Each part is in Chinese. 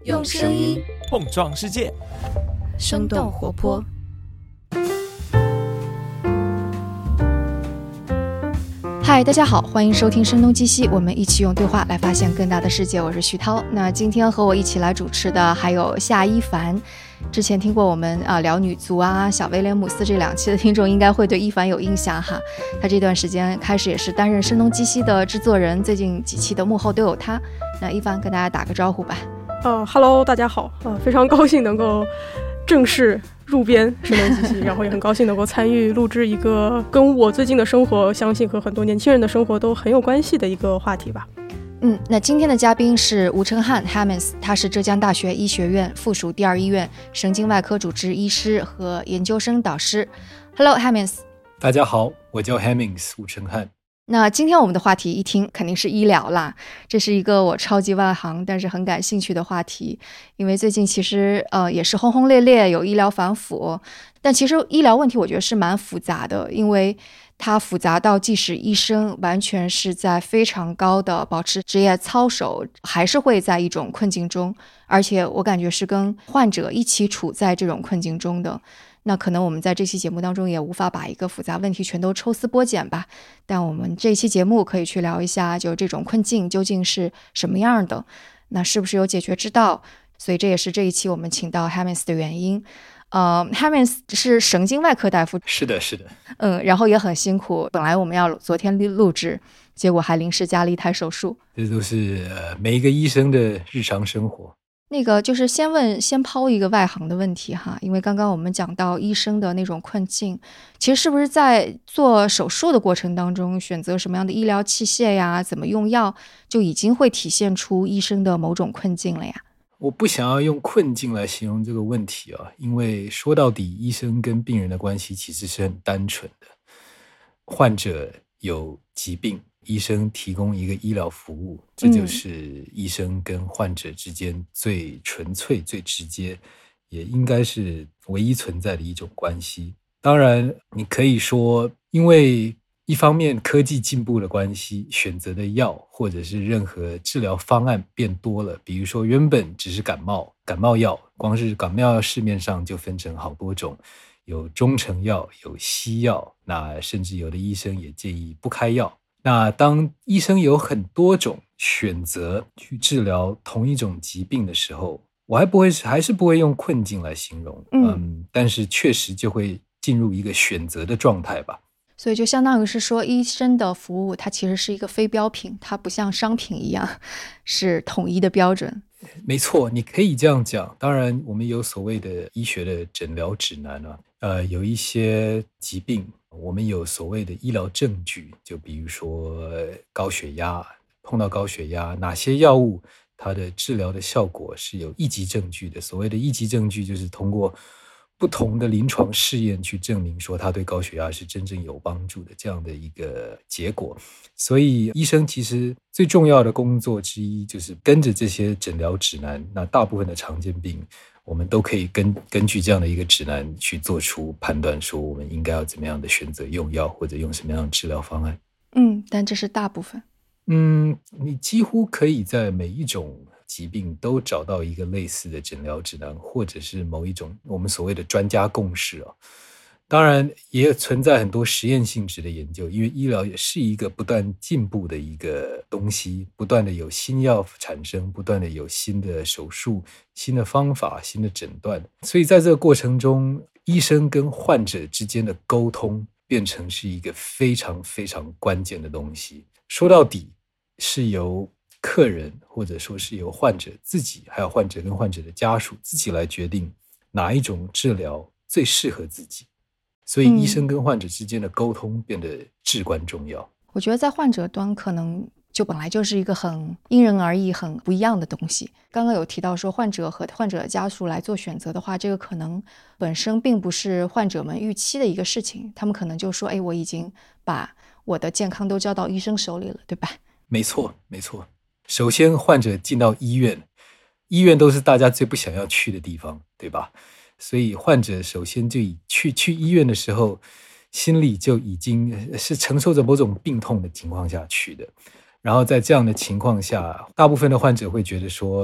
用声音碰撞世界， 生动活泼。 嗨，大家好，欢迎收听声东击西，我们一起用对话来发现更大的世界。我是徐涛。那今天和我一起来主持的还有夏一凡。之前听过我们聊女足啊、小威廉姆斯这2期的听众应该会对一凡有印象哈。他这段时间开始也是担任声东击西的制作人，最近几期的幕后都有他。那一凡跟大家打个招呼吧。 Hello， 大家好，非常高兴能够正式入编声东击西，然后也很高兴能够参与录制一个跟我最近的生活，相信和很多年轻人的生活都很有关系的一个话题吧。 那今天的嘉宾是吴承翰 Hamins， 他是浙江大学医学院附属第2医院神经外科主治医师和研究生导师。Hello Hamins。 大家好，我叫 Hamins 吴承翰。 那今天我们的话题一听肯定是医疗啦，这是一个我超级外行但是很感兴趣的话题，因为最近其实也是轰轰烈烈有医疗反腐，但其实医疗问题我觉得是蛮复杂的，因为它复杂到即使医生完全是在非常高的保持职业操守，还是会在一种困境中，而且我感觉是跟患者一起处在这种困境中的。那可能我们在这期节目当中也无法把一个复杂问题全都抽丝剥茧吧，但我们这期节目可以去聊一下，就这种困境究竟是什么样的，那是不是有解决之道，所以这也是这一期我们请到 Hamins 的原因。Hamins 是神经外科大夫。 是的。 然后也很辛苦，本来我们要昨天录制，结果还临时加了一台手术。 这都是每一个医生的日常生活。 那个就是先抛一个外行的问题哈，因为刚刚我们讲到医生的那种困境，其实是不是在做手术的过程当中，选择什么样的医疗器械呀，怎么用药，就已经会体现出医生的某种困境了呀？ 我不想要用困境来形容这个问题啊，因为说到底，医生跟病人的关系其实是很单纯的。患者有疾病，医生提供一个医疗服务，这就是医生跟患者之间最纯粹、最直接，也应该是唯一存在的一种关系。当然，你可以说，因为一方面科技进步的关系，选择的药或者是任何治疗方案变多了。比如说原本只是感冒药，光是感冒药市面上就分成好多种，有中成药，有西药，那甚至有的医生也建议不开药。那当医生有很多种选择去治疗同一种疾病的时候，我还是不会用困境来形容，但是确实就会进入一个选择的状态吧。 所以就相当于是说，医生的服务它其实是一个非标品，它不像商品一样是统一的标准。 没错，你可以这样讲。当然我们有所谓的医学的诊疗指南啊，有一些疾病我们有所谓的医疗证据，就比如说高血压，碰到高血压哪些药物它的治疗的效果是有一级证据的。所谓的一级证据就是通过不同的临床试验去证明说它对高血压是真正有帮助的这样的一个结果。所以医生其实最重要的工作之一就是跟着这些诊疗指南，那大部分的常见病我们都可以根据这样的一个指南去做出判断，说我们应该要怎么样的选择用药或者用什么样的治疗方案。 但这是大部分。 你几乎可以在每一种疾病都找到一个类似的诊疗指南，或者是某一种我们所谓的专家共识啊。当然也存在很多实验性质的研究，因为医疗也是一个不断进步的一个东西，不断的有新药产生，不断的有新的手术、新的方法、新的诊断。所以在这个过程中，医生跟患者之间的沟通变成是一个非常非常关键的东西。说到底是由客人或者说是由患者自己，还有患者跟患者的家属自己来决定哪一种治疗最适合自己。所以医生跟患者之间的沟通变得至关重要。 我觉得在患者端可能就本来就是一个很因人而异、很不一样的东西。刚刚有提到说患者和患者的家属来做选择的话，这个可能本身并不是患者们预期的一个事情，他们可能就说我已经把我的健康都交到医生手里了，对吧？没错。 首先患者进到医院都是大家最不想要去的地方，对吧？所以患者首先就去医院的时候，心里就已经是承受着某种病痛的情况下去的。然后在这样的情况下，大部分的患者会觉得说，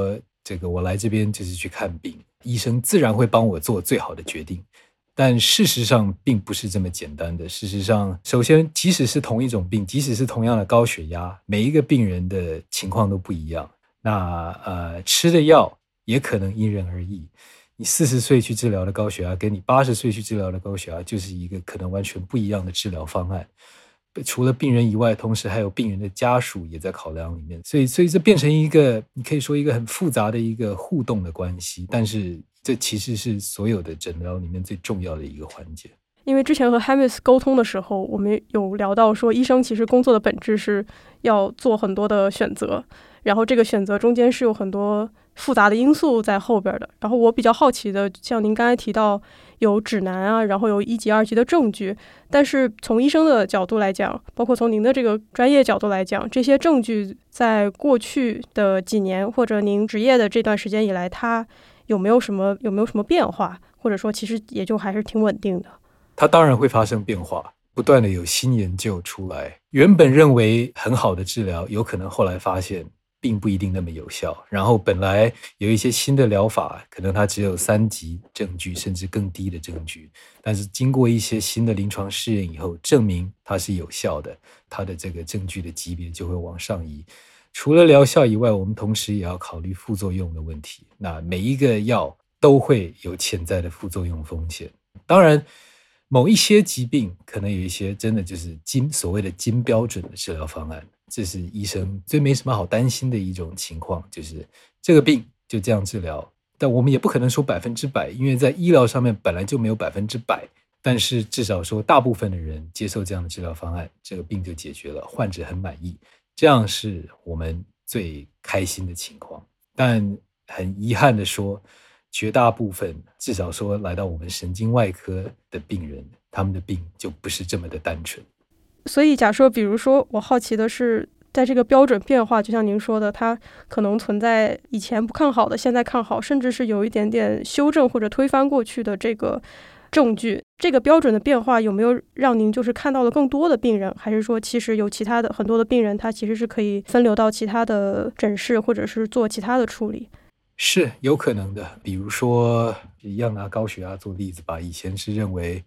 这个我来这边就是去看病，医生自然会帮我做最好的决定。但事实上并不是这么简单的。事实上，首先，即使是同一种病，即使是同样的高血压，每一个病人的情况都不一样。那吃的药也可能因人而异。你40岁去治疗的高血压，跟你80岁去治疗的高血压，就是一个可能完全不一样的治疗方案。除了病人以外，同时还有病人的家属也在考量里面，所以这变成一个，你可以说一个很复杂的一个互动的关系，但是这其实是所有的诊疗里面最重要的一个环节。 因为之前和 Hamis 沟通的时候，我们有聊到说，医生其实工作的本质是要做很多的选择，然后这个选择中间是有很多复杂的因素在后边的。然后我比较好奇的，像您刚才提到有指南啊，然后有1级2级的证据，但是从医生的角度来讲，包括从您的这个专业角度来讲，这些证据在过去的几年或者您职业的这段时间以来，它有没有什么变化，或者说其实也就还是挺稳定的？ 它当然会发生变化，不断的有新研究出来，原本认为很好的治疗，有可能后来发现并不一定那么有效。然后本来有一些新的疗法，可能它只有3级证据，甚至更低的证据，但是经过一些新的临床试验以后，证明它是有效的，它的这个证据的级别就会往上移。除了疗效以外，我们同时也要考虑副作用的问题。那每一个药都会有潜在的副作用风险。当然，某一些疾病可能有一些真的就是所谓的金标准的治疗方案，这是医生最没什么好担心的一种情况，就是这个病就这样治疗。但我们也不可能说100%，因为在医疗上面本来就没有100%，但是至少说大部分的人接受这样的治疗方案，这个病就解决了，患者很满意，这样是我们最开心的情况。但很遗憾的说，绝大部分至少说来到我们神经外科的病人，他们的病就不是这么的单纯。 所以假设比如说，我好奇的是，在这个标准变化，就像您说的，它可能存在以前不看好的现在看好，甚至是有一点点修正或者推翻过去的这个证据，这个标准的变化有没有让您就是看到了更多的病人，还是说其实有其他的很多的病人他其实是可以分流到其他的诊室或者是做其他的处理？ 是有可能的。比如说一样拿高血压做例子吧，以前是认为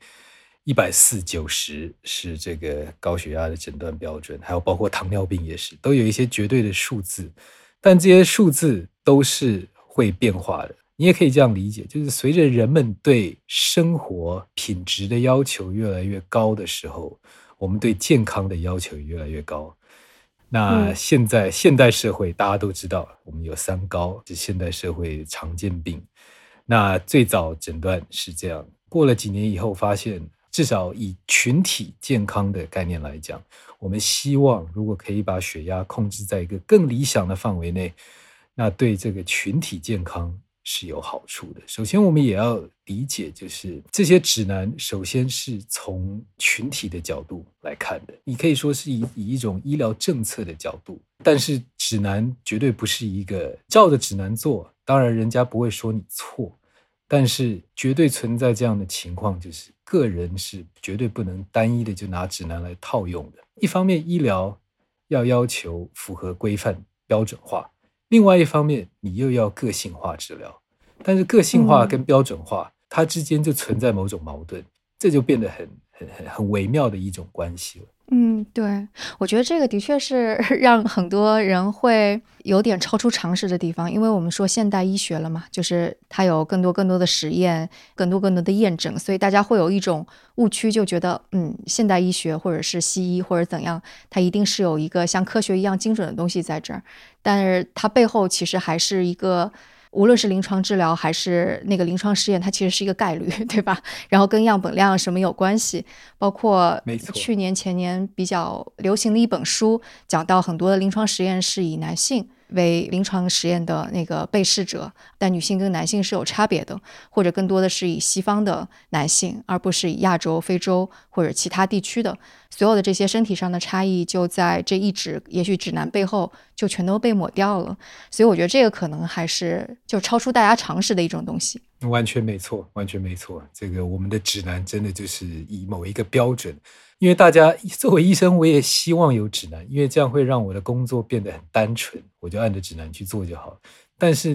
140/90是这个高血压的诊断标准，还有包括糖尿病也是，都有一些绝对的数字，但这些数字都是会变化的。你也可以这样理解，就是随着人们对生活品质的要求越来越高的时候，我们对健康的要求也越来越高。那现代社会大家都知道，我们有3高，是现代社会常见病。那最早诊断是这样，过了几年以后发现，至少以群体健康的概念来讲，我们希望如果可以把血压控制在一个更理想的范围内，那对这个群体健康是有好处的。首先我们也要理解，就是这些指南首先是从群体的角度来看的，你可以说是以一种医疗政策的角度，但是指南绝对不是一个照着指南做，当然人家不会说你错，但是绝对存在这样的情况，就是个人是绝对不能单一的就拿指南来套用的。一方面医疗要求符合规范标准化，另外一方面你又要个性化治疗，但是个性化跟标准化，它之间就存在某种矛盾，这就变得很微妙的一种关系了。 对，我觉得这个的确是让很多人会有点超出常识的地方，因为我们说现代医学了嘛，就是它有更多的实验，更多的验证，所以大家会有一种误区，就觉得现代医学或者是西医或者怎样，它一定是有一个像科学一样精准的东西在这儿，但是它背后其实还是一个，无论是临床治疗还是那个临床试验，它其实是一个概率，对吧？然后跟样本量什么有关系，包括去年前年比较流行的一本书，讲到很多的临床实验是以男性为临床实验的那个被试者，但女性跟男性是有差别的，或者更多的是以西方的男性，而不是以亚洲、非洲或者其他地区的，所有的这些身体上的差异就在这一指也许指南背后就全都被抹掉了。所以我觉得这个可能还是就超出大家常识的一种东西。 完全没错，完全没错。这个我们的指南真的就是以某一个标准，因为大家作为医生，我也希望有指南，因为这样会让我的工作变得很单纯，我就按着指南去做就好。但是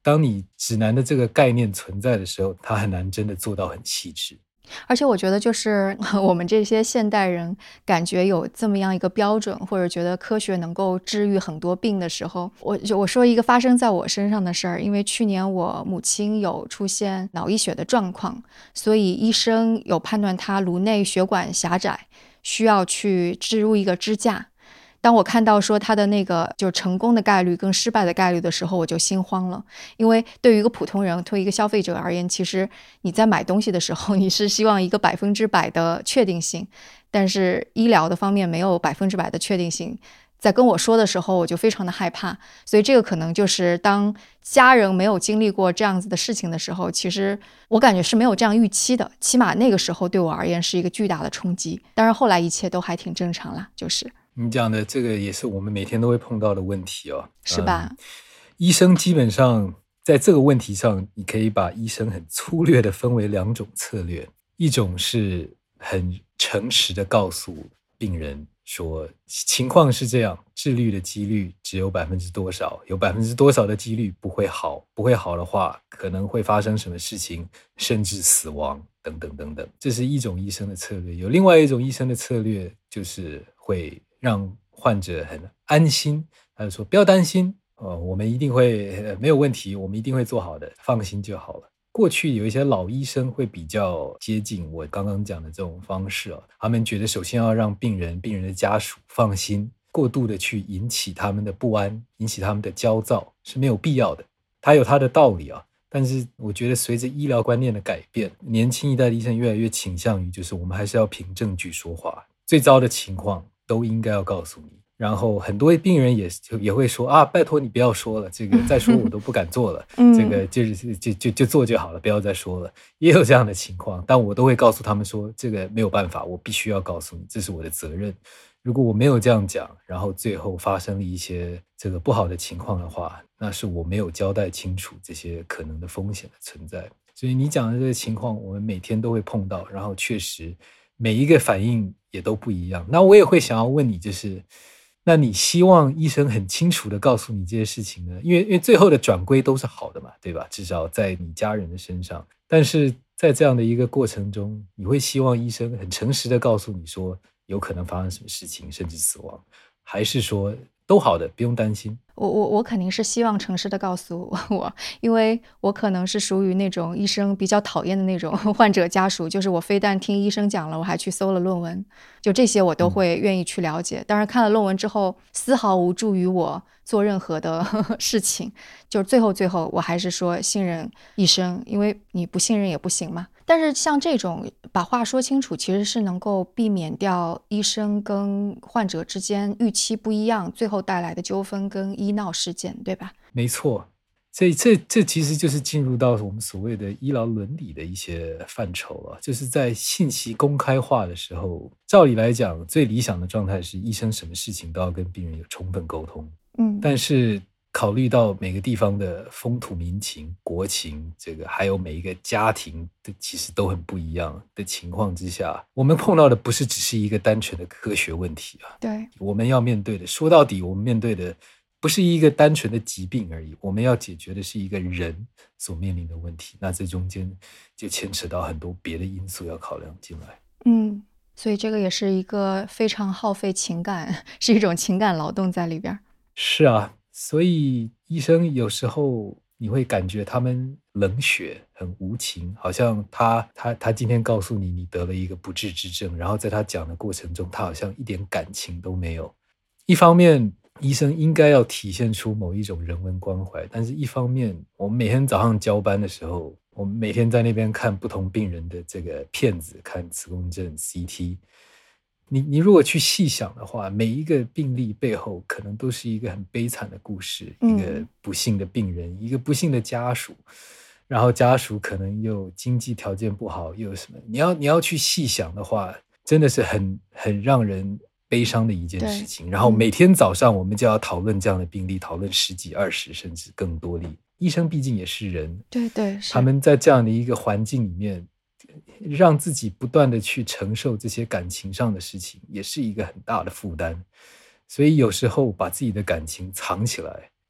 当你指南的这个概念存在的时候，它很难真的做到很细致。 而且我觉得就是我们这些现代人感觉有这么样一个标准，或者觉得科学能够治愈很多病的时候，我说一个发生在我身上的事儿。因为去年我母亲有出现脑溢血的状况，所以医生有判断她颅内血管狭窄，需要去置入一个支架。当我看到说他的那个就成功的概率跟失败的概率的时候，我就心慌了。因为对于一个普通人，对于一个消费者而言，其实你在买东西的时候，你是希望一个100%的确定性，但是医疗的方面没有100%的确定性。在跟我说的时候，我就非常的害怕。所以这个可能就是当家人没有经历过这样子的事情的时候，其实我感觉是没有这样预期的，起码那个时候对我而言是一个巨大的冲击。当然后来一切都还挺正常啦，就是你讲的这个也是我们每天都会碰到的问题哦， 是吧？ 医生基本上在这个问题上，你可以把医生很粗略的分为2种策略，一种是很诚实的告诉病人说情况是这样，治愈的几率只有多少，有多少的几率不会好，不会好的话可能会发生什么事情，甚至死亡等等等等。这是一种医生的策略。有另外一种医生的策略，就是会让患者很安心，他就说不要担心，我们一定会没有问题，我们一定会做好的，放心就好了。过去有一些老医生会比较接近我刚刚讲的这种方式，他们觉得首先要让病人的家属放心，过度的去引起他们的不安，引起他们的焦躁是没有必要的。它有它的道理啊，但是我觉得随着医疗观念的改变，年轻一代的医生越来越倾向于就是我们还是要凭证据说话，最糟的情况都应该要告诉你。然后很多病人也会说啊，拜托你不要说了，这个再说我都不敢做了，这个就做就好了，不要再说了。也有这样的情况，但我都会告诉他们说，这个没有办法，我必须要告诉你，这是我的责任。如果我没有这样讲，然后最后发生了一些这个不好的情况的话，那是我没有交代清楚这些可能的风险的存在。所以你讲的这个情况，我们每天都会碰到，然后确实每一个反应也都不一样。那我也会想要问你，就是那你希望医生很清楚的告诉你这些事情呢？因为最后的转归都是好的嘛，对吧？至少在你家人的身上。但是在这样的一个过程中，你会希望医生很诚实的告诉你说有可能发生什么事情，甚至死亡，还是说都好的，不用担心？ 我肯定是希望诚实的告诉我，因为我可能是属于那种医生比较讨厌的那种患者家属，就是我非但听医生讲了，我还去搜了论文，就这些我都会愿意去了解。当然看了论文之后，丝毫无助于我做任何的事情，就是最后我还是说信任医生，因为你不信任也不行嘛。但是像这种把话说清楚，其实是能够避免掉医生跟患者之间预期不一样，最后带来的纠纷跟医闹事件，对吧？ 没错，这其实就是进入到我们所谓的医疗伦理的一些范畴了。就是在信息公开化的时候，照理来讲，最理想的状态是医生什么事情都要跟病人有充分沟通。但是考虑到每个地方的风土民情、国情，这个还有每一个家庭的其实都很不一样的情况之下，我们碰到的不是只是一个单纯的科学问题啊。 对， 我们要面对的，说到底，我们面对的不是一个单纯的疾病而已，我们要解决的是一个人所面临的问题。那这中间就牵扯到很多别的因素要考量进来。 所以这个也是一个非常耗费情感，是一种情感劳动在里边。 是啊，所以医生有时候你会感觉他们冷血很无情，好像他今天告诉你你得了一个不治之症，然后在他讲的过程中他好像一点感情都没有。一方面医生应该要体现出某一种人文关怀，但是一方面我们每天早上交班的时候，我们每天在那边看不同病人的这个片子，看磁共振 CT， 你如果去细想的话，每一个病例背后可能都是一个很悲惨的故事，一个不幸的病人，一个不幸的家属，然后家属可能又经济条件不好，又有什么，你要去细想的话，真的是很让人悲伤的一件事情。然后每天早上我们就要讨论这样的病例，讨论10几20甚至更多例。医生毕竟也是人， 对， 他们在这样的一个环境里面，让自己不断的去承受这些感情上的事情，也是一个很大的负担。所以有时候把自己的感情藏起来，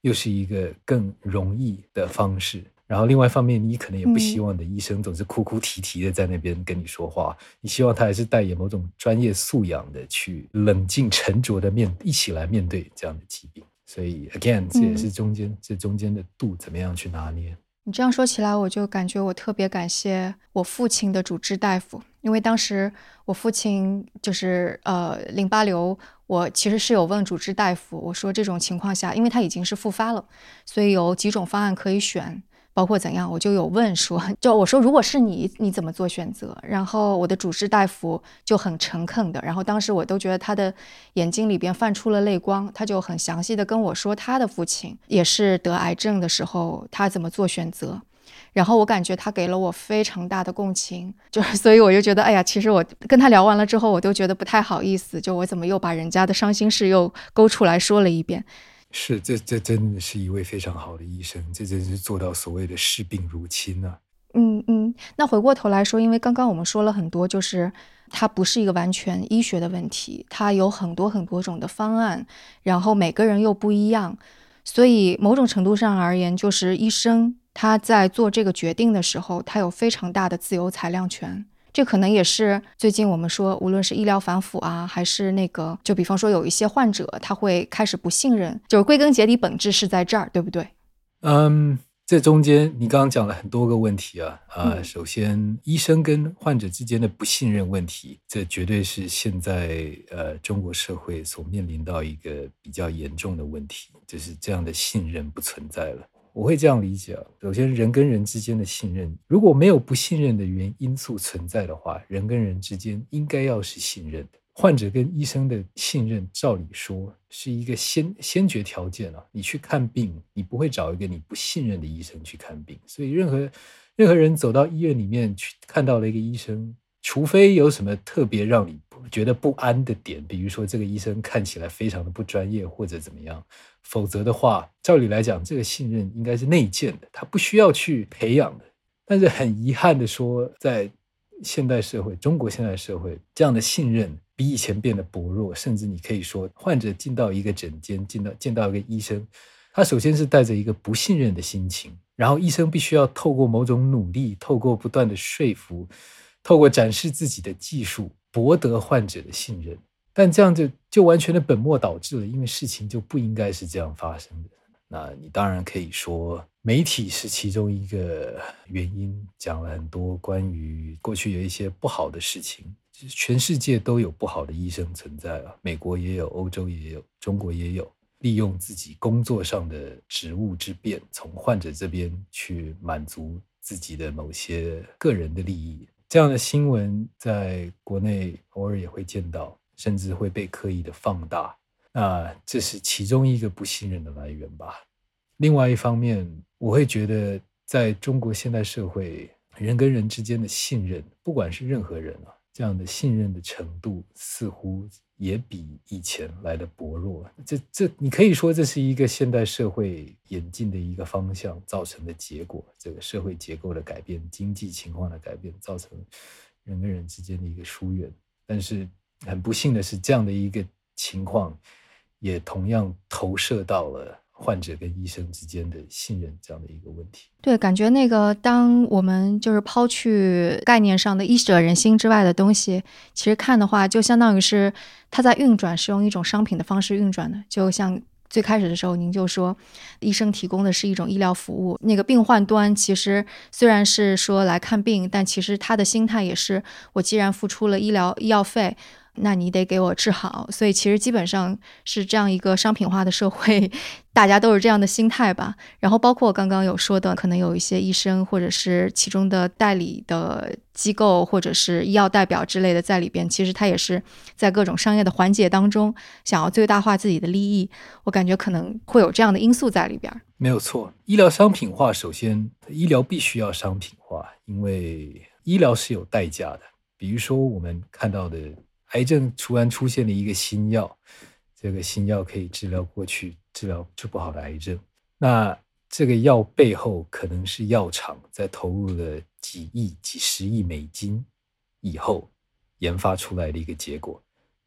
又是一个更容易的方式。然后另外一方面，你可能也不希望你的医生总是哭哭啼啼的在那边跟你说话，你希望他还是带有某种专业素养的去冷静沉着的一起来面对这样的疾病。所以 again 这也是这中间的度怎么样去拿捏。 你这样说起来，我就感觉我特别感谢我父亲的主治大夫，因为当时我父亲就是淋巴瘤，我其实是有问主治大夫，我说这种情况下，因为他已经是复发了，所以有几种方案可以选，包括怎样，我就有问说，就我说如果是你怎么做选择？然后我的主治大夫就很诚恳的，然后当时我都觉得他的眼睛里边泛出了泪光，他就很详细的跟我说他的父亲也是得癌症的时候他怎么做选择。然后我感觉他给了我非常大的共情，就是所以我就觉得，哎呀，其实我跟他聊完了之后，我都觉得不太好意思，就我怎么又把人家的伤心事又勾出来说了一遍。 是，这真的是一位非常好的医生，这真是做到所谓的视病如亲啊。 那回过头来说，因为刚刚我们说了很多，就是它不是一个完全医学的问题，它有很多很多种的方案，然后每个人又不一样，所以某种程度上而言，就是医生他在做这个决定的时候，他有非常大的自由裁量权。这可能也是最近我们说，无论是医疗反腐啊，还是那个，就比方说有一些患者他会开始不信任，就是归根结底本质是在这儿，对不对？ 这中间你刚刚讲了很多个问题啊，首先医生跟患者之间的不信任问题，这绝对是现在中国社会所面临到一个比较严重的问题，就是这样的信任不存在了。我会这样理解啊，首先人跟人之间的信任，如果没有不信任的因素存在的话，人跟人之间应该要是信任的。患者跟医生的信任，照理说是一个先决条件啊。你去看病，你不会找一个你不信任的医生去看病，所以任何人走到医院里面去看到了一个医生，除非有什么特别让你觉得不安的点，比如说这个医生看起来非常的不专业或者怎么样，否则的话，照理来讲，这个信任应该是内建的，他不需要去培养的。但是很遗憾的说，在现代社会，中国现代社会，这样的信任比以前变得薄弱，甚至你可以说，患者进到一个诊间，见到一个医生，他首先是带着一个不信任的心情，然后医生必须要透过某种努力，透过不断的说服，透过展示自己的技术，博得患者的信任。但这样就完全的本末倒置了，因为事情就不应该是这样发生的。那你当然可以说媒体是其中一个原因，讲了很多关于过去有一些不好的事情，全世界都有不好的医生存在啊，美国也有，欧洲也有，中国也有，利用自己工作上的职务之便，从患者这边去满足自己的某些个人的利益。这样的新闻在国内偶尔也会见到，甚至会被刻意的放大。那这是其中一个不信任的来源吧。另外一方面，我会觉得在中国现代社会，人跟人之间的信任，不管是任何人啊，这样的信任的程度似乎也比以前来的薄弱。你可以说这是一个现代社会演进的一个方向造成的结果，这个社会结构的改变，经济情况的改变，造成人跟人之间的一个疏远。但是很不幸的是，这样的一个情况也同样投射到了患者跟医生之间的信任这样的一个问题。 对，感觉那个当我们就是抛去概念上的医者仁心之外的东西，其实看的话，就相当于是它在运转是用一种商品的方式运转的。就像最开始的时候您就说医生提供的是一种医疗服务，那个病患端其实虽然是说来看病，但其实他的心态也是，我既然付出了医药费，那你得给我治好。所以其实基本上是这样一个商品化的社会，大家都是这样的心态吧。然后包括我刚刚有说的，可能有一些医生或者是其中的代理的机构或者是医药代表之类的在里边，其实他也是在各种商业的环节当中想要最大化自己的利益。我感觉可能会有这样的因素在里边。 没有错，医疗商品化，首先医疗必须要商品化，因为医疗是有代价的。比如说我们看到的癌症突然出现了一个新药，这个新药可以治疗过去治不好的癌症，那这个药背后可能是药厂在投入了几亿几十亿美金以后研发出来的一个结果。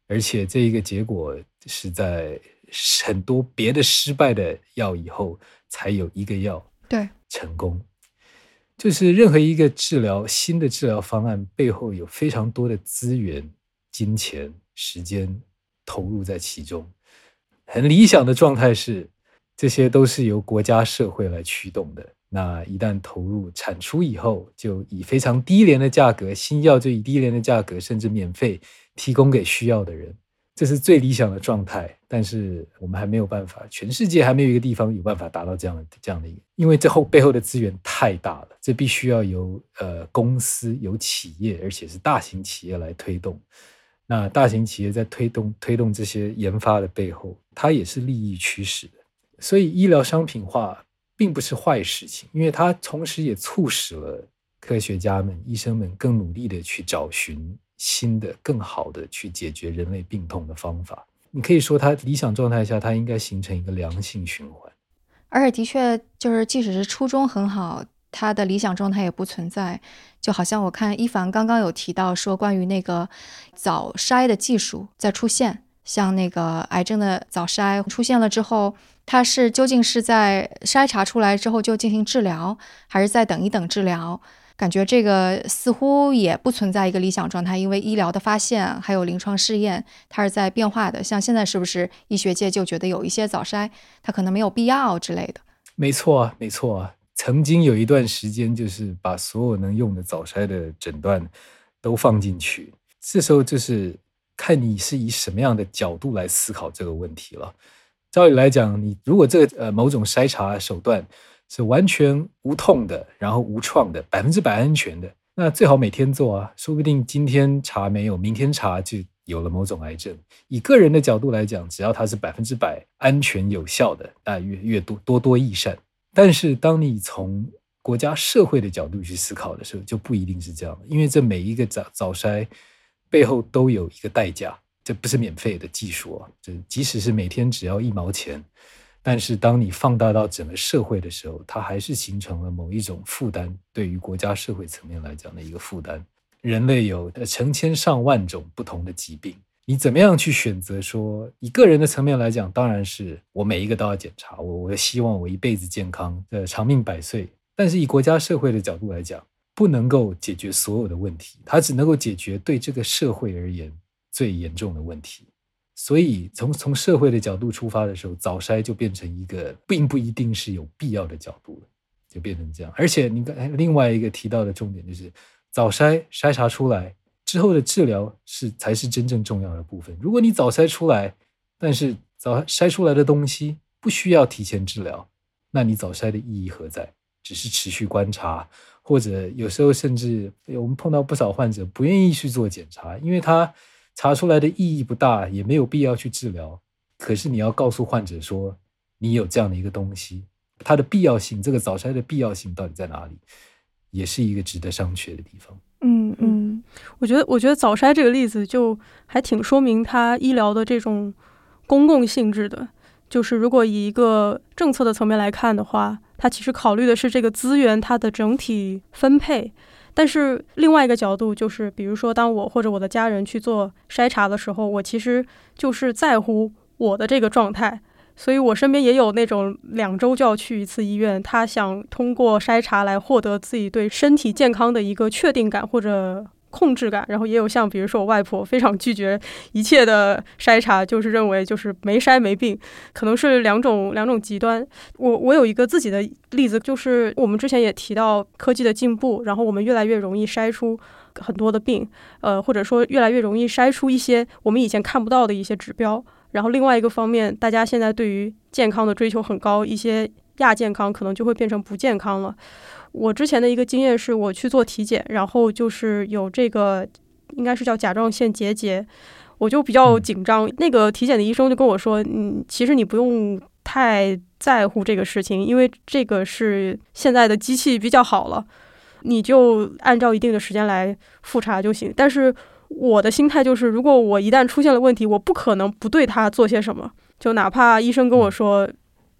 而且这一个结果是在很多别的失败的药以后才有一个药成功。就是任何一个新的治疗方案背后有非常多的资源、金钱、时间投入在其中。很理想的状态是，这些都是由国家社会来驱动的。那一旦投入产出以后，就以非常低廉的价格，新药就以低廉的价格甚至免费提供给需要的人。这是最理想的状态，但是我们还没有办法，全世界还没有一个地方有办法达到这样的一个，因为这背后的资源太大了，这必须要由公司、由企业，而且是大型企业来推动。那大型企业在推动这些研发的背后，它也是利益驱使的。所以医疗商品化并不是坏事情，因为它同时也促使了科学家们、医生们更努力的去找寻新的更好的去解决人类病痛的方法。你可以说它理想状态下它应该形成一个良性循环。 而且的确就是即使是初衷很好，它的理想状态也不存在。就好像我看一凡刚刚有提到说关于那个早筛的技术在出现，像那个癌症的早筛出现了之后，它是究竟是在筛查出来之后就进行治疗，还是再等一等治疗？感觉这个似乎也不存在一个理想状态，因为医疗的发现还有临床试验它是在变化的。像现在是不是医学界就觉得有一些早筛它可能没有必要之类的？ 没错啊，没错啊。曾经有一段时间就是把所有能用的早筛的诊断都放进去，这时候就是看你是以什么样的角度来思考这个问题了。照理来讲，你如果这个某种筛查手段是完全无痛的，然后无创的，100%安全的，那最好每天做啊，说不定今天查没有，明天查就有了某种癌症。以个人的角度来讲，只要它是100%安全有效的，那越多益善。但是当你从国家社会的角度去思考的时候，就不一定是这样的，因为这每一个早筛背后都有一个代价，这不是免费的技术啊，就即使是每天只要1毛钱，但是当你放大到整个社会的时候，它还是形成了某一种负担，对于国家社会层面来讲的一个负担。人类有成千上万种不同的疾病，你怎么样去选择说，以个人的层面来讲，当然是我每一个都要检查，我希望我一辈子健康，长命百岁。但是以国家社会的角度来讲，不能够解决所有的问题，它只能够解决对这个社会而言最严重的问题。所以从社会的角度出发的时候，早筛就变成一个并不一定是有必要的角度了，就变成这样。而且你另外一个提到的重点就是，早筛查出来之后的治疗才是真正重要的部分。如果你早筛出来，但是早筛出来的东西不需要提前治疗，那你早筛的意义何在？只是持续观察，或者有时候甚至我们碰到不少患者不愿意去做检查，因为他查出来的意义不大，也没有必要去治疗。可是你要告诉患者说，你有这样的一个东西，它的必要性，这个早筛的必要性到底在哪里，也是一个值得商榷的地方。 我觉得早筛这个例子就还挺说明它医疗的这种公共性质的。就是如果以一个政策的层面来看的话，它其实考虑的是这个资源它的整体分配。但是另外一个角度就是，比如说当我或者我的家人去做筛查的时候，我其实就是在乎我的这个状态。所以我身边也有那种2周就要去一次医院，他想通过筛查来获得自己对身体健康的一个确定感或者控制感。然后也有像比如说我外婆非常拒绝一切的筛查，就是认为就是没筛没病，可能是两种极端。我有一个自己的例子，就是我们之前也提到科技的进步，然后我们越来越容易筛出很多的病，或者说越来越容易筛出一些我们以前看不到的一些指标。然后另外一个方面，大家现在对于健康的追求很高，一些亚健康可能就会变成不健康了。我之前的一个经验是我去做体检，然后就是有这个应该是叫甲状腺结节，我就比较紧张。那个体检的医生就跟我说，其实你不用太在乎这个事情，因为这个是现在的机器比较好了，你就按照一定的时间来复查就行。但是我的心态就是，如果我一旦出现了问题，我不可能不对它做些什么，就哪怕医生跟我说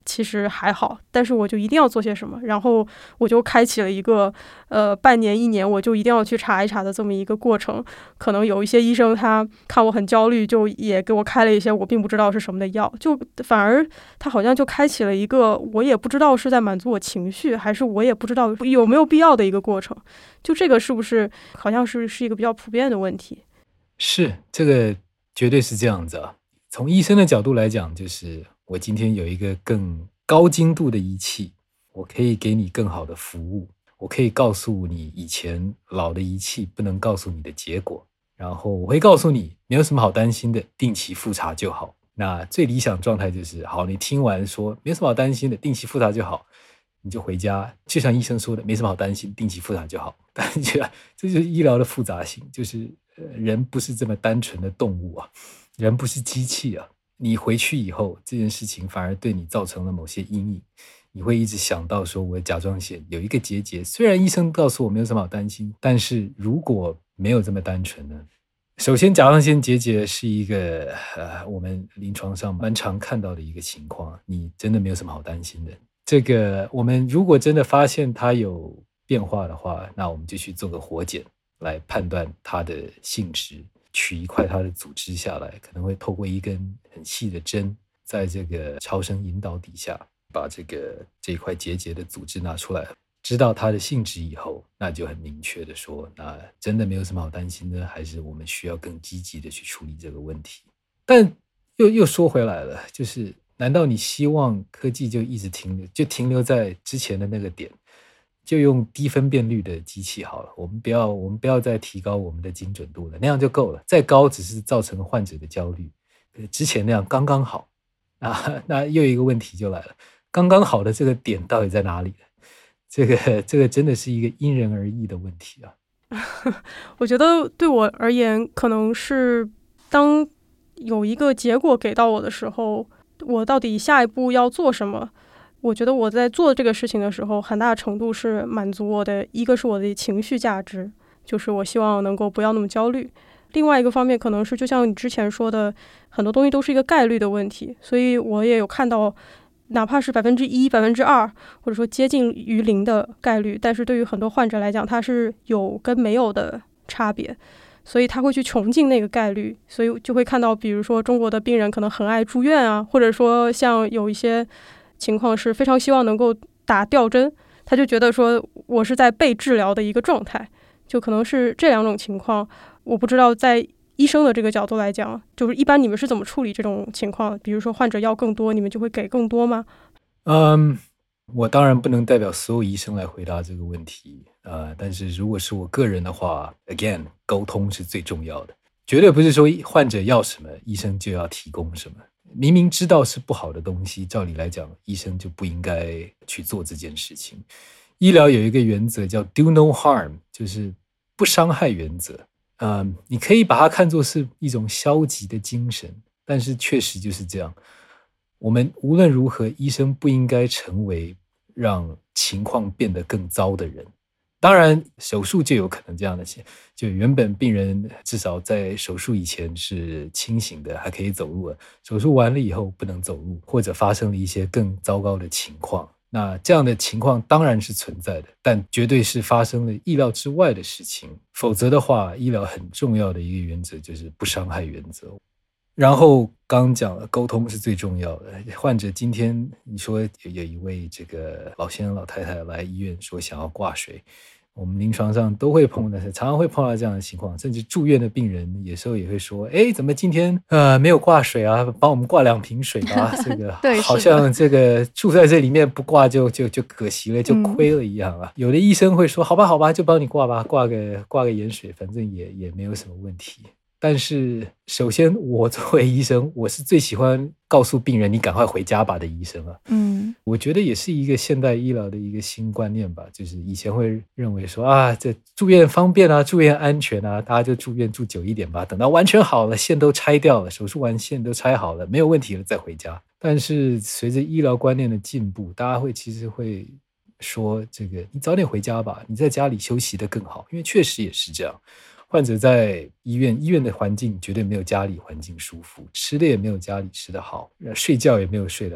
其实还好，但是我就一定要做些什么，然后我就开启了一个半年1年我就一定要去查一查的这么一个过程。可能有一些医生他看我很焦虑，就也给我开了一些我并不知道是什么的药，就反而他好像就开启了一个我也不知道是在满足我情绪，还是我也不知道有没有必要的一个过程。就这个是不是好像是一个比较普遍的问题？ 是，这个绝对是这样子啊。从医生的角度来讲，就是我今天有一个更高精度的仪器，我可以给你更好的服务，我可以告诉你以前老的仪器不能告诉你的结果，然后我会告诉你没有什么好担心的，定期复查就好。那最理想状态就是，好，你听完说没什么好担心的，定期复查就好，你就回家，就像医生说的，没什么好担心，定期复查就好。但是这就是医疗的复杂性，就是人不是这么单纯的动物啊，人不是机器啊。你回去以后，这件事情反而对你造成了某些阴影，你会一直想到说，我的甲状腺有一个结节，虽然医生告诉我没有什么好担心，但是如果没有这么单纯呢？首先，甲状腺结节是一个我们临床上蛮常看到的一个情况，你真的没有什么好担心的。这个我们如果真的发现它有变化的话，那我们就去做个活检来判断它的性质，取一块它的组织下来，可能会透过一根很细的针，在这个超声引导底下，把这一块结节的组织拿出来，知道它的性质以后，那就很明确的说，那真的没有什么好担心的，还是我们需要更积极的去处理这个问题。但又说回来了，就是难道你希望科技就一直停留在之前的那个点，就用低分辨率的机器好了，我们不要再提高我们的精准度了，那样就够了，再高只是造成患者的焦虑，之前那样刚刚好。那又一个问题就来了，刚刚好的这个点到底在哪里？这个真的是一个因人而异的问题啊。 我觉得对我而言，可能是当有一个结果给到我的时候，我到底下一步要做什么？我觉得我在做这个事情的时候，很大程度是满足我的，一个是我的情绪价值，就是我希望能够不要那么焦虑。另外一个方面可能是就像你之前说的，很多东西都是一个概率的问题，所以我也有看到哪怕是1%、2%，或者说接近于0的概率，但是对于很多患者来讲，它是有跟没有的差别，所以他会去穷尽那个概率，所以就会看到比如说中国的病人可能很爱住院啊，或者说像有一些情况是非常希望能够打吊针，他就觉得说我是在被治疗的一个状态，就可能是这两种情况。我不知道在医生的这个角度来讲，就是一般你们是怎么处理这种情况？比如说患者要更多，你们就会给更多吗？ 我当然不能代表所有医生来回答这个问题，但是如果是我个人的话 ，again， 沟通是最重要的，绝对不是说患者要什么，医生就要提供什么。明明知道是不好的东西，照理来讲，医生就不应该去做这件事情。医疗有一个原则叫 do no harm， 就是不伤害原则。你可以把它看作是一种消极的精神，但是确实就是这样。我们无论如何，医生不应该成为让情况变得更糟的人。当然，手术就有可能这样的，就原本病人至少在手术以前是清醒的，还可以走路了，手术完了以后不能走路，或者发生了一些更糟糕的情况。那这样的情况当然是存在的，但绝对是发生了意料之外的事情。否则的话，医疗很重要的一个原则就是不伤害原则。然后刚刚讲了，沟通是最重要的。患者今天你说有一位这个老先生老太太来医院说想要挂水，我们临床上都会碰到，常常会碰到这样的情况，甚至住院的病人有时候也会说，怎么今天没有挂水啊，帮我们挂2瓶水吧。这个好像这个住在这里面不挂就可惜了，就亏了一样啊。有的医生会说好吧就帮你挂吧，挂个盐水，反正也没有什么问题。但是首先我作为医生，我是最喜欢告诉病人你赶快回家吧的医生啊。我觉得也是一个现代医疗的一个新观念吧，就是以前会认为说这住院方便啊，住院安全啊，大家就住院住久一点吧，等到完全好了，线都拆掉了，手术完线都拆好了，没有问题了再回家。但是随着医疗观念的进步，大家其实会说这个你早点回家吧，你在家里休息得更好，因为确实也是这样。患者在医院的环境绝对没有家里环境舒服，吃的也没有家里吃的好，睡觉也没有睡得好。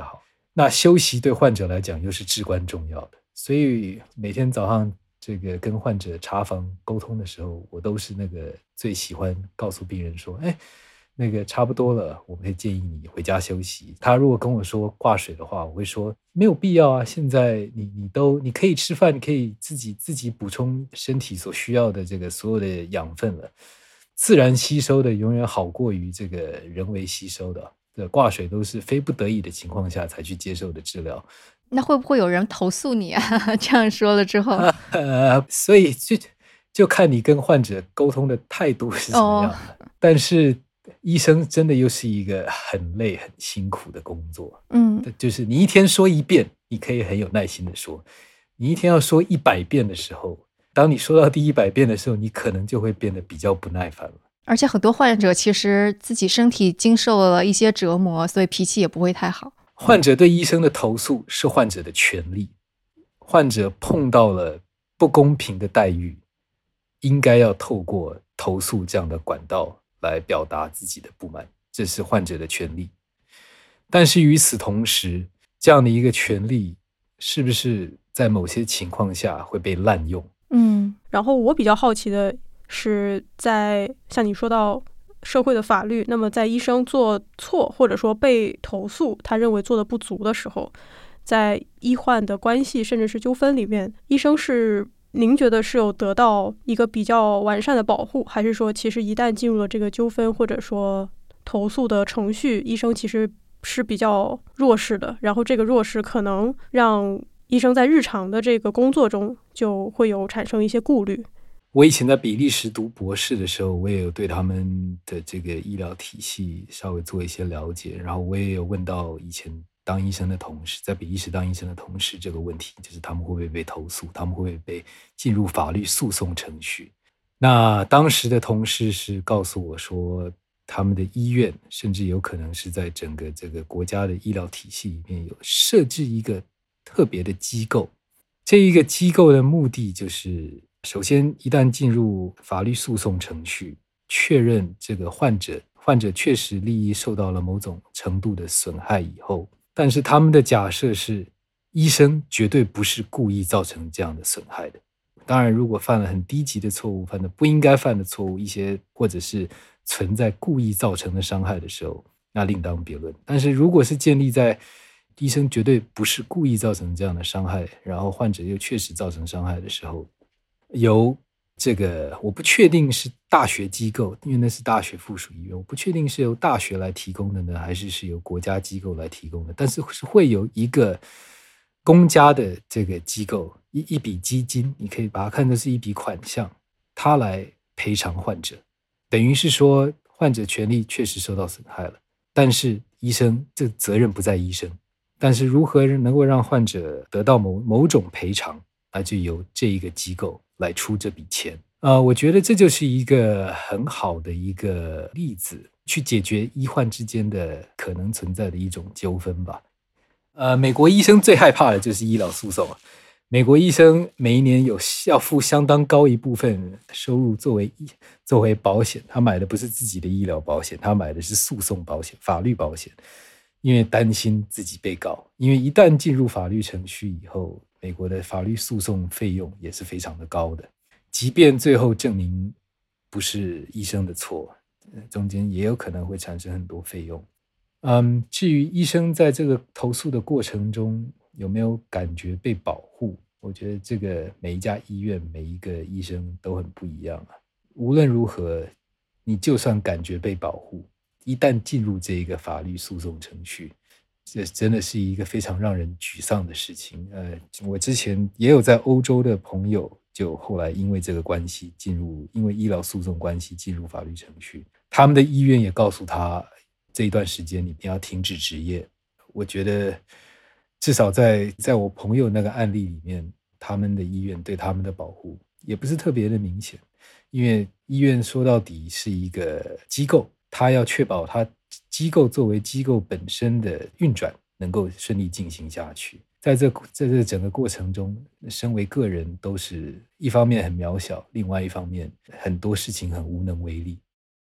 那休息对患者来讲又是至关重要的，所以每天早上这个跟患者查房沟通的时候，我都是那个最喜欢告诉病人说，那个差不多了，我们会建议你回家休息。他如果跟我说挂水的话，我会说没有必要啊，现在你可以吃饭，你可以自己补充身体所需要的这个所有的养分了，自然吸收的永远好过于这个人为吸收的。挂水都是非不得已的情况下才去接受的治疗。 那会不会有人投诉你啊？这样说了之后， 所以就看你跟患者沟通的态度是怎么样的。但是医生真的又是一个很累很辛苦的工作。就是你一天说一遍，你可以很有耐心的说；你一天要说100遍的时候，当你说到第100遍的时候，你可能就会变得比较不耐烦了。 而且很多患者其实自己身体经受了一些折磨，所以脾气也不会太好。 患者对医生的投诉是患者的权利，患者碰到了不公平的待遇，应该要透过投诉这样的管道来表达自己的不满，这是患者的权利。但是与此同时，这样的一个权利是不是在某些情况下会被滥用？ 然后我比较好奇的是，在像你说到社会的法律，那么在医生做错或者说被投诉他认为做的不足的时候，在医患的关系甚至是纠纷里面，医生是您觉得是有得到一个比较完善的保护，还是说其实一旦进入了这个纠纷或者说投诉的程序，医生其实是比较弱势的，然后这个弱势可能让医生在日常的这个工作中就会有产生一些顾虑？ 我以前在比利时读博士的时候，我也有对他们的这个医疗体系稍微做一些了解，然后我也有问到以前当医生的同事，在比利时当医生的同事这个问题，就是他们会不会被投诉，他们会不会被进入法律诉讼程序。那当时的同事是告诉我说，他们的医院甚至有可能是在整个这个国家的医疗体系里面有设置一个特别的机构，这一个机构的目的就是首先一旦进入法律诉讼程序，确认这个患者确实利益受到了某种程度的损害以后，但是他们的假设是医生绝对不是故意造成这样的损害的。当然如果犯了很低级的错误，犯了不应该犯的错误，一些或者是存在故意造成的伤害的时候，那另当别论。但是如果是建立在医生绝对不是故意造成这样的伤害，然后患者又确实造成伤害的时候，由这个我不确定是大学机构，因为那是大学附属医院，我不确定是由大学来提供的呢，还是由国家机构来提供的，但是是会有一个公家的这个机构，一笔基金，你可以把它看作是一笔款项，它来赔偿患者，等于是说患者权利确实受到损害了，但是医生这责任不在医生，但是如何能够让患者得到某种赔偿，那就由这一个机构来出这笔钱。我觉得这就是一个很好的一个例子，去解决医患之间的可能存在的一种纠纷吧。美国医生最害怕的就是医疗诉讼。美国医生每一年要付相当高一部分收入作为保险，他买的不是自己的医疗保险，他买的是诉讼保险、法律保险，因为担心自己被告。因为一旦进入法律程序以后，美国的法律诉讼费用也是非常的高的，即便最后证明不是医生的错，中间也有可能会产生很多费用。至于医生在这个投诉的过程中有没有感觉被保护，我觉得这个每一家医院每一个医生都很不一样啊。无论如何，你就算感觉被保护，一旦进入这一个法律诉讼程序，这真的是一个非常让人沮丧的事情。我之前也有在欧洲的朋友，就后来因为这个关系因为医疗诉讼关系进入法律程序，他们的医院也告诉他，这一段时间你要停止执业。我觉得至少在我朋友那个案例里面，他们的医院对他们的保护也不是特别的明显，因为医院说到底是一个机构，他要确保他机构作为机构本身的运转能够顺利进行下去。在这整个过程中，身为个人都是一方面很渺小，另外一方面很多事情很无能为力。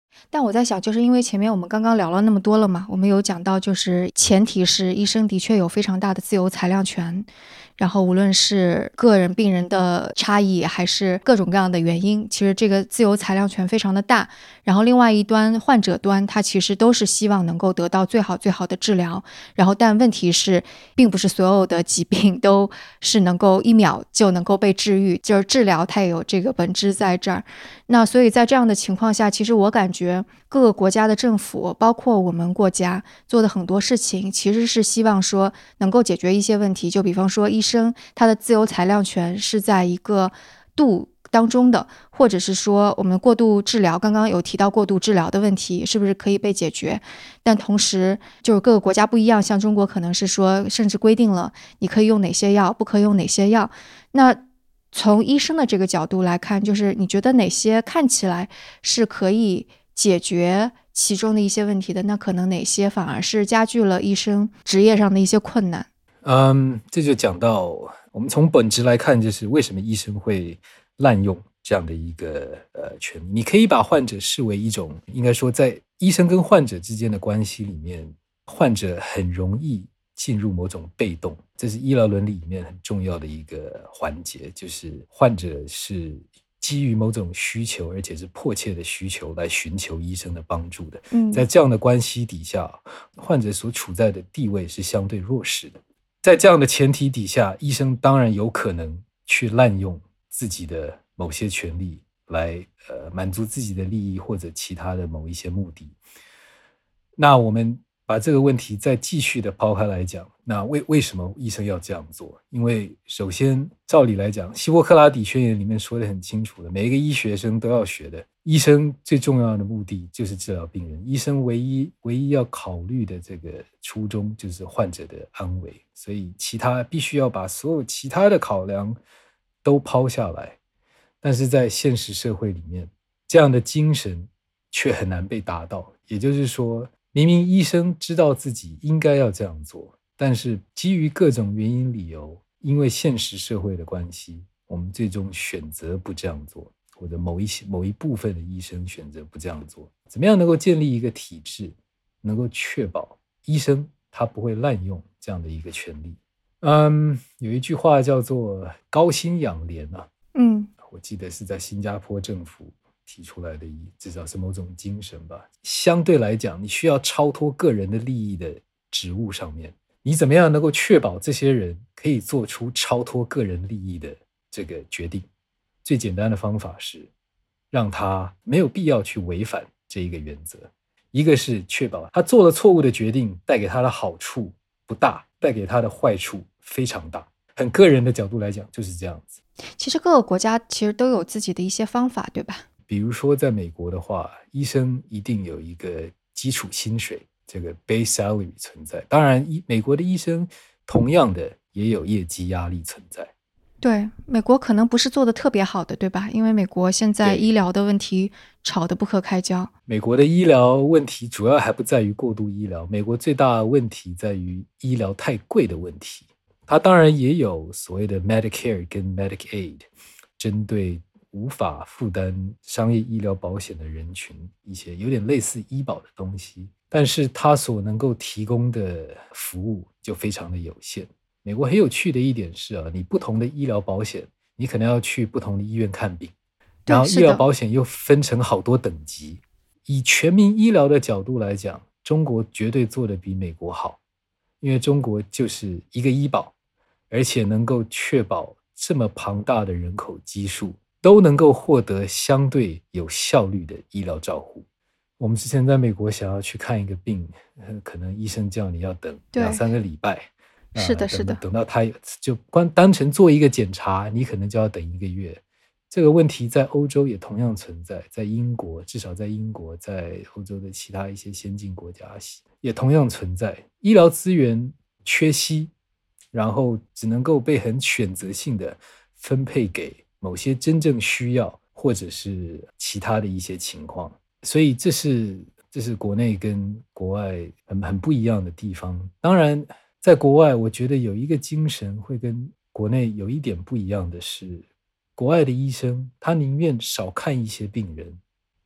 但我在想，就是因为前面我们刚刚聊了那么多了嘛，我们有讲到，就是前提是医生的确有非常大的自由裁量权，然后无论是个人病人的差异，还是各种各样的原因，其实这个自由裁量权非常的大。然后另外一端患者端，他其实都是希望能够得到最好的治疗，然后但问题是，并不是所有的疾病都是能够1秒就能够被治愈，就是治疗它也有这个本质在这儿。那所以在这样的情况下，其实我感觉各个国家的政府，包括我们国家做的很多事情，其实是希望说能够解决一些问题。就比方说医生他的自由裁量权是在一个度当中的，或者是说我们过度治疗，刚刚有提到过度治疗的问题是不是可以被解决，但同时就是各个国家不一样，像中国可能是说甚至规定了你可以用哪些药，不可以用哪些药。那从医生的这个角度来看，就是你觉得哪些看起来是可以解决其中的一些问题的，那可能哪些反而是加剧了医生职业上的一些困难？ 这就讲到我们从本质来看，就是为什么医生会滥用这样的一个权利。你可以把患者视为一种，应该说在医生跟患者之间的关系里面，患者很容易进入某种被动，这是医疗伦理里面很重要的一个环节，就是患者是基于某种需求，而且是迫切的需求来寻求医生的帮助的。在这样的关系底下，患者所处在的地位是相对弱势的。在这样的前提底下，医生当然有可能去滥用自己的某些权利来满足自己的利益或者其他的某一些目的。那我们把这个问题再继续的抛开来讲，那为什么医生要这样做？因为首先照理来讲，希波克拉底宣言里面说得很清楚的，每一个医学生都要学的，医生最重要的目的就是治疗病人，医生唯一要考虑的这个初衷就是患者的安危，所以必须要把所有其他的考量都抛下来。但是在现实社会里面，这样的精神却很难被达到。也就是说，明明医生知道自己应该要这样做，但是基于各种原因理由，因为现实社会的关系，我们最终选择不这样做，或者某一部分的医生选择不这样做。怎么样能够建立一个体制，能够确保医生他不会滥用这样的一个权利？有一句话叫做高薪养廉啊，我记得是在新加坡政府提出来的，至少是某种精神吧。相对来讲，你需要超脱个人的利益的职务上面，你怎么样能够确保这些人可以做出超脱个人利益的这个决定？最简单的方法是让他没有必要去违反这一个原则。一个是确保他做了错误的决定带给他的好处不大，带给他的坏处非常大。很个人的角度来讲就是这样子。 其实各个国家其实都有自己的一些方法，对吧？ 比如说在美国的话，医生一定有一个基础薪水，这个 base salary 存在。当然美国的医生同样的也有业绩压力存在。 对，美国可能不是做的特别好的，对吧？因为美国现在医疗的问题吵得不可开交。美国的医疗问题主要还不在于过度医疗，美国最大的问题在于医疗太贵的问题。它当然也有所谓的 Medicare 跟 Medicaid， 针对无法负担商业医疗保险的人群，一些有点类似医保的东西，但是它所能够提供的服务就非常的有限。美国很有趣的一点是你不同的医疗保险，你可能要去不同的医院看病，然后医疗保险又分成好多等级。以全民医疗的角度来讲，中国绝对做得比美国好，因为中国就是一个医保，而且能够确保这么庞大的人口基数都能够获得相对有效率的医疗照护。我们之前在美国想要去看一个病，可能医生叫你要等2-3个礼拜， 是的是的， 等到他就光单纯做一个检查，你可能就要等1个月。这个问题在欧洲也同样存在，在英国，至少在英国，在欧洲的其他一些先进国家也同样存在。医疗资源缺稀，然后只能够被很选择性的分配给某些真正需要或者是其他的一些情况。所以这是国内跟国外很不一样的地方。当然在国外我觉得有一个精神会跟国内有一点不一样的是，国外的医生他宁愿少看一些病人，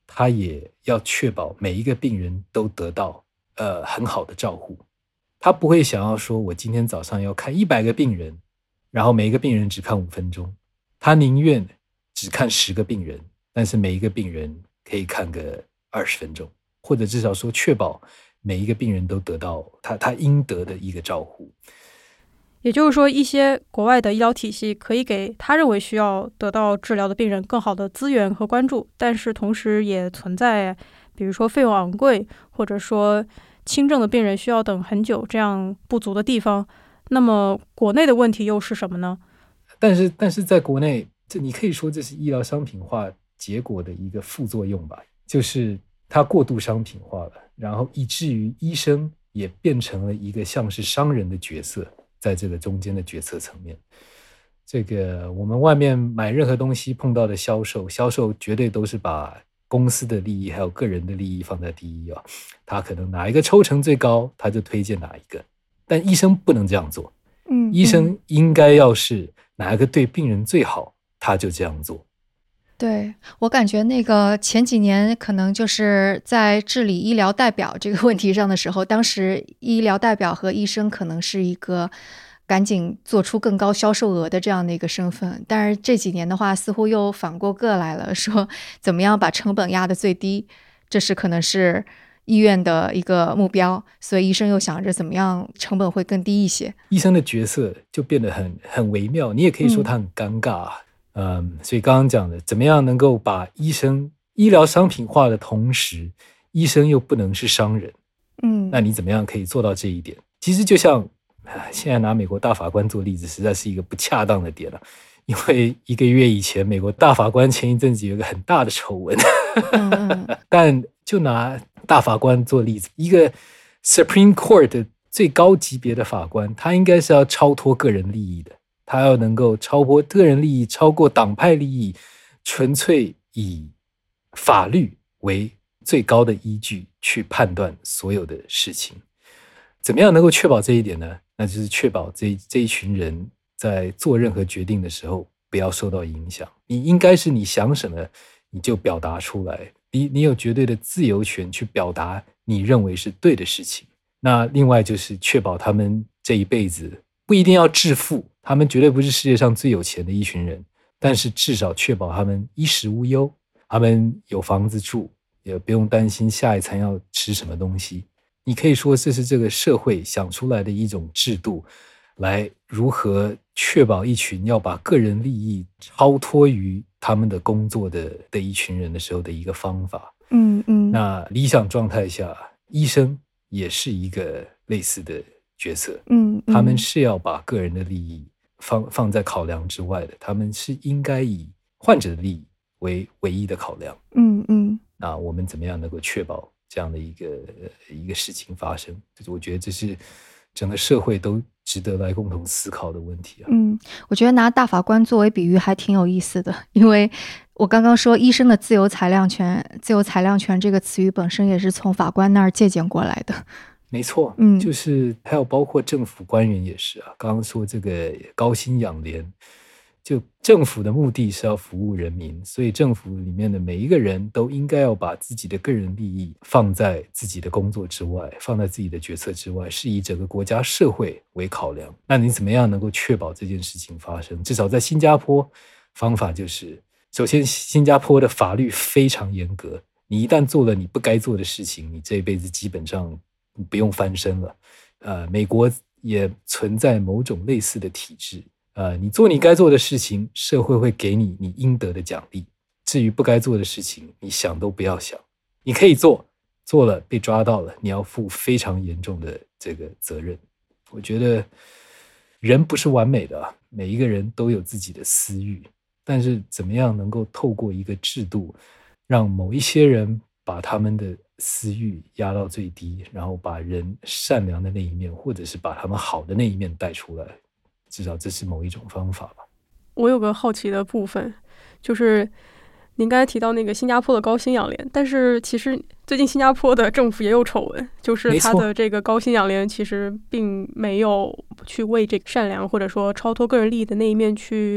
他也要确保每一个病人都得到很好的照护。他不会想要说我今天早上要看100个病人，然后每一个病人只看5分钟，他宁愿只看10个病人，但是每一个病人可以看个20分钟，或者至少说确保每一个病人都得到他应得的一个照护。 也就是说，一些国外的医疗体系可以给他认为需要得到治疗的病人更好的资源和关注，但是同时也存在比如说费用昂贵，或者说轻症的病人需要等很久这样不足的地方。那么国内的问题又是什么呢？ 但是在国内，这你可以说这是医疗商品化结果的一个副作用吧，就是它过度商品化了，然后以至于医生也变成了一个像是商人的角色，在这个中间的决策层面。这个我们外面买任何东西碰到的销售绝对都是把公司的利益还有个人的利益放在第一啊，他可能哪一个抽成最高，他就推荐哪一个。但医生不能这样做，医生应该要是哪一个对病人最好，他就这样做。 对，我感觉那个前几年可能就是在治理医疗代表这个问题上的时候，当时医疗代表和医生可能是一个赶紧做出更高销售额的这样的一个身份，但是这几年的话似乎又反过个来了，说怎么样把成本压得最低，这是可能是医院的一个目标，所以医生又想着怎么样成本会更低一些。 医生的角色就变得很微妙，你也可以说他很尴尬。所以刚刚讲的怎么样能够把医疗商品化的同时，医生又不能是商人，那你怎么样可以做到这一点？其实就像现在拿美国大法官做例子，实在是一个不恰当的点了。因为1个月以前，美国大法官前一阵子有一个很大的丑闻，但就拿大法官做例子，一个 Supreme Court 的最高级别的法官，他应该是要超脱个人利益的，他要能够超脱个人利益，超过党派利益，纯粹以法律为最高的依据去判断所有的事情。怎么样能够确保这一点呢？那就是确保这一群人在做任何决定的时候不要受到影响。你应该是你想什么你就表达出来，你有绝对的自由权去表达你认为是对的事情。那另外就是确保他们这一辈子不一定要致富，他们绝对不是世界上最有钱的一群人，但是至少确保他们衣食无忧，他们有房子住，也不用担心下一餐要吃什么东西。你可以说这是这个社会想出来的一种制度，来如何确保一群要把个人利益超脱于他们的工作的一群人的时候的一个方法。那理想状态下，医生也是一个类似的角色。他们是要把个人的利益放在考量之外的，他们是应该以患者的利益为唯一的考量。那我们怎么样能够确保这样的一个事情发生？我觉得这是整个社会都值得来共同思考的问题啊。 我觉得拿大法官作为比喻还挺有意思的，因为我刚刚说医生的自由裁量权这个词语本身也是从法官那儿借鉴过来的。 没错，就是还有包括政府官员也是啊。刚刚说这个高薪养廉，就政府的目的是要服务人民，所以政府里面的每一个人都应该要把自己的个人利益放在自己的工作之外，放在自己的决策之外，是以整个国家社会为考量。那你怎么样能够确保这件事情发生？至少在新加坡，方法就是首先新加坡的法律非常严格，你一旦做了你不该做的事情，你这一辈子基本上不用翻身了。美国也存在某种类似的体制。你做你该做的事情，社会会给你应得的奖励。至于不该做的事情，你想都不要想。你可以做了被抓到了，你要负非常严重的这个责任。我觉得人不是完美的啊，每一个人都有自己的私欲，但是怎么样能够透过一个制度，让某一些人把他们的私欲压到最低，然后把人善良的那一面，或者是把他们好的那一面带出来，至少这是某一种方法吧。 我有个好奇的部分，就是您刚才提到那个新加坡的高薪养廉，但是其实最近新加坡的政府也有丑闻，就是他的这个高薪养廉其实并没有去为这个善良或者说超脱个人利益的那一面去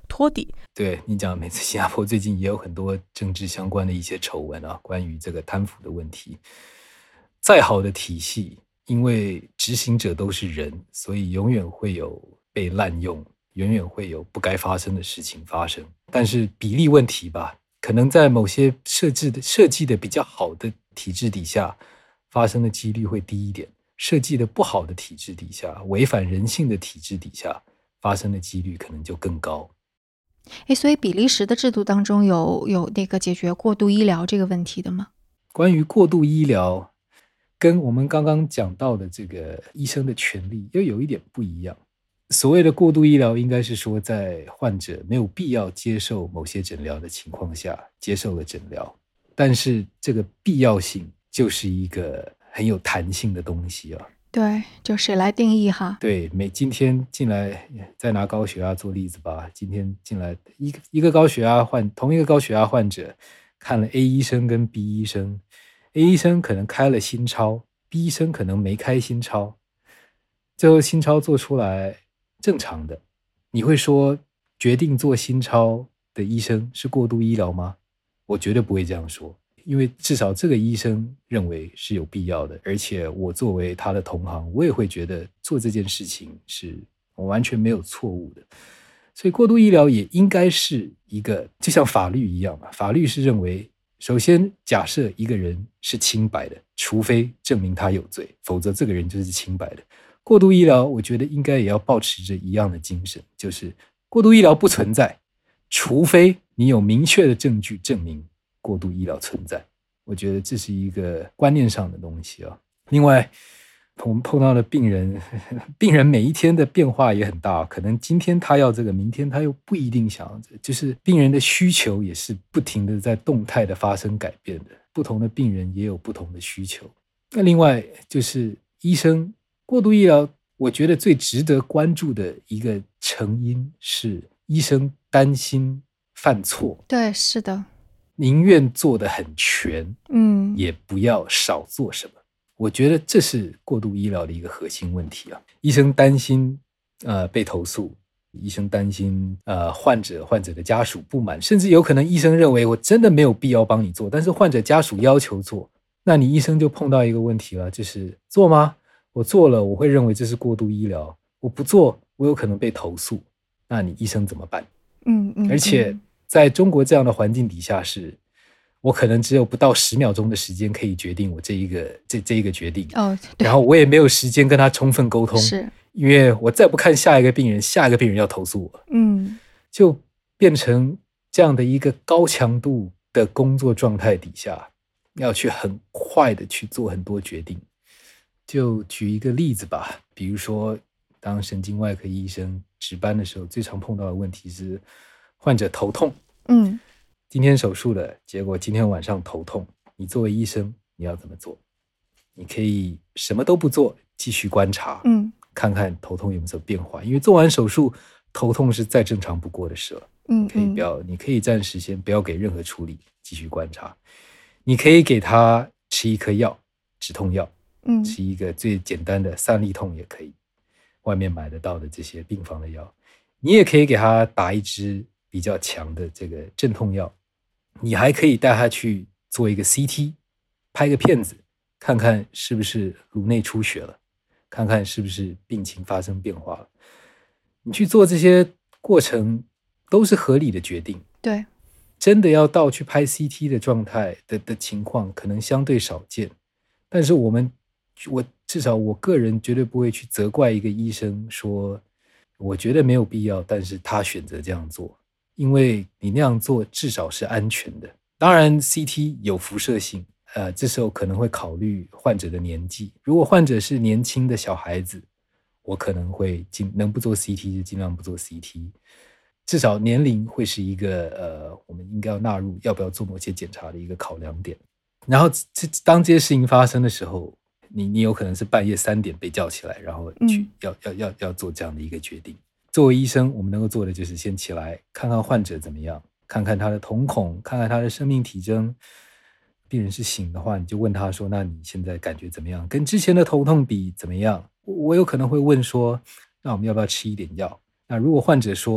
托底。 对，你讲每次新加坡最近也有很多政治相关的一些丑闻啊，关于这个贪腐的问题。再好的体系，因为执行者都是人，所以永远会有被滥用，永远会有不该发生的事情发生。但是比例问题吧，可能在某些设计的比较好的体制底下，发生的几率会低一点；设计的不好的体制底下，违反人性的体制底下，发生的几率可能就更高。 所以比利时的制度当中有那个解决过度医疗这个问题的吗？ 关于过度医疗，跟我们刚刚讲到的这个医生的权利又有一点不一样。所谓的过度医疗，应该是说在患者没有必要接受某些诊疗的情况下接受了诊疗，但是这个必要性就是一个很有弹性的东西啊。 对，就谁来定义哈？ 对，今天进来，再拿高血压做例子吧。今天进来一个高血压同一个高血压患者，看了 A 医生跟 B 医生，A 医生可能开了心超， B 医生可能没开心超，最后心超做出来正常的，你会说决定做心超的医生是过度医疗吗？我绝对不会这样说。因为至少这个医生认为是有必要的，而且我作为他的同行，我也会觉得做这件事情是我完全没有错误的。所以过度医疗也应该是一个，就像法律一样嘛，法律是认为，首先假设一个人是清白的，除非证明他有罪，否则这个人就是清白的。过度医疗我觉得应该也要保持着一样的精神，就是过度医疗不存在，除非你有明确的证据证明过度医疗存在。我觉得这是一个观念上的东西啊。另外我们碰到的病人每一天的变化也很大，可能今天他要这个，明天他又不一定想要这个，就是病人的需求也是不停的在动态的发生改变的，不同的病人也有不同的需求。那另外就是医生过度医疗，我觉得最值得关注的一个成因是医生担心犯错。 对，是的， 宁愿做得很全，也不要少做什么。我觉得这是过度医疗的一个核心问题啊。医生担心被投诉，医生担心患者的家属不满，甚至有可能医生认为我真的没有必要帮你做，但是患者家属要求做，那你医生就碰到一个问题了，就是做吗？我做了，我会认为这是过度医疗；我不做，我有可能被投诉。那你医生怎么办？而且在中国这样的环境底下，是我可能只有不到10秒钟的时间可以决定我这一个决定，然后我也没有时间跟他充分沟通， 是因为我再不看下一个病人，下一个病人要投诉我，就变成这样的一个高强度的工作状态底下，要去很快的去做很多决定。就举一个例子吧，比如说当神经外科医生值班的时候，最常碰到的问题是患者头痛，今天手术了，结果今天晚上头痛，你作为医生你要怎么做？你可以什么都不做，继续观察，看看头痛有没有什么变化，因为做完手术头痛是再正常不过的事了。你可以暂时先不要给任何处理，继续观察。你可以给他吃一颗药，止痛药，吃一个最简单的散利痛也可以，外面买得到的这些病房的药。你也可以给他打一支比较强的这个镇痛药，你还可以带他去做一个 CT， 拍个片子，看看是不是颅内出血了，看看是不是病情发生变化了。你去做这些过程都是合理的决定。 对， 真的要到去拍 CT 的状态 的情况可能相对少见，但是至少我个人绝对不会去责怪一个医生说我觉得没有必要，但是他选择这样做，因为你那样做至少是安全的。当然 CT 有辐射性，这时候可能会考虑患者的年纪，如果患者是年轻的小孩子，我可能会能不做 CT 就尽量不做 CT， 至少年龄会是一个我们应该要纳入要不要做某些检查的一个考量点。然后当这些事情发生的时候，你有可能是半夜3点被叫起来，然后去要做这样的一个决定。作为医生，我们能够做的就是先起来看看患者怎么样，看看他的瞳孔，看看他的生命体征。病人是醒的话，你就问他说，那你现在感觉怎么样？跟之前的头痛比怎么样？我有可能会问说，那我们要不要吃一点药？那如果患者说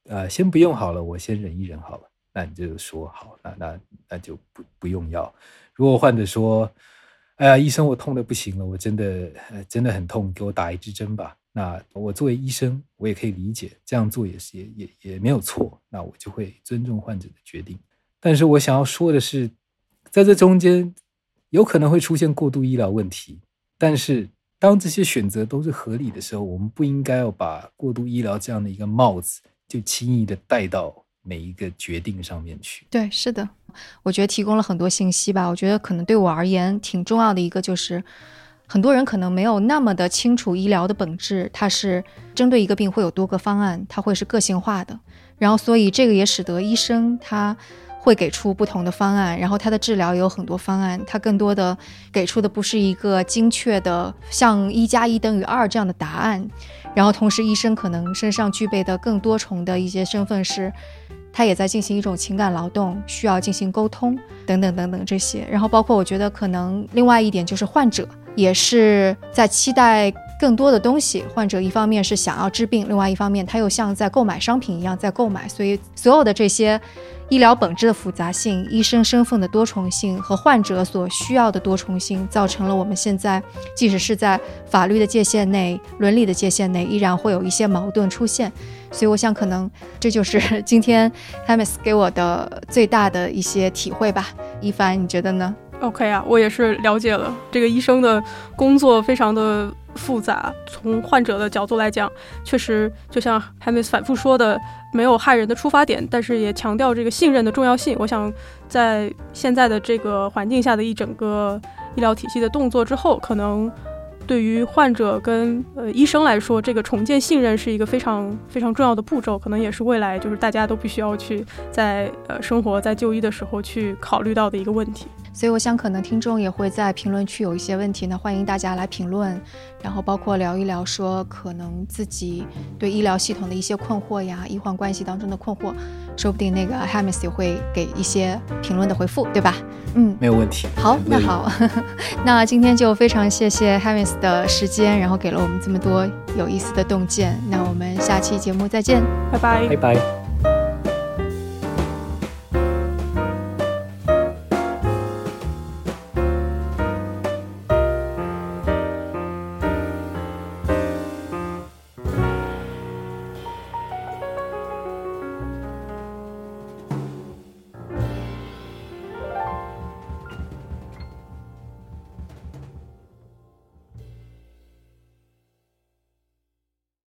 先不用好了，我先忍一忍好了。那你就说好，那就不用药。如果患者说，哎呀，医生我痛得不行了，我真的很痛，给我打一支针吧。那我作为医生，我也可以理解，这样做也没有错，那我就会尊重患者的决定。但是我想要说的是，在这中间有可能会出现过度医疗问题，但是当这些选择都是合理的时候，我们不应该要把过度医疗这样的一个帽子就轻易的戴到每一个决定上面去。 对，是的，我觉得提供了很多信息吧。我觉得可能对我而言挺重要的一个就是，很多人可能没有那么的清楚医疗的本质，它是针对一个病会有多个方案，它会是个性化的。然后所以这个也使得医生他会给出不同的方案，然后他的治疗也有很多方案，他更多的给出的不是一个精确的像1+1=2这样的答案。然后同时医生可能身上具备的更多重的一些身份是，他也在进行一种情感劳动，需要进行沟通等等等等这些。然后包括我觉得可能另外一点就是患者也是在期待更多的东西，患者一方面是想要治病，另外一方面他又像在购买商品一样在购买，所以所有的这些医疗本质的复杂性、医生身份的多重性和患者所需要的多重性，造成了我们现在即使是在法律的界限内、伦理的界限内，依然会有一些矛盾出现。所以我想可能这就是今天 Hamis 给我的最大的一些体会吧。一凡你觉得呢？ OK 啊，我也是了解了这个医生的工作非常的复杂，从患者的角度来讲，确实就像 Hamis 反复说的，没有害人的出发点，但是也强调这个信任的重要性。我想在现在的这个环境下的一整个医疗体系的动作之后，可能对于患者跟医生来说，这个重建信任是一个非常非常重要的步骤，可能也是未来就是大家都必须要去在生活在就医的时候去考虑到的一个问题。 所以我想可能听众也会在评论区有一些问题呢，欢迎大家来评论，然后包括聊一聊说可能自己对医疗系统的一些困惑呀，医患关系当中的困惑，说不定那个 Hamis 也会给一些评论的回复，对吧？ 没有问题。 好，那好那今天就非常谢谢 Hamis 的时间，然后给了我们这么多有意思的洞见，那我们下期节目再见， 拜拜， 拜拜。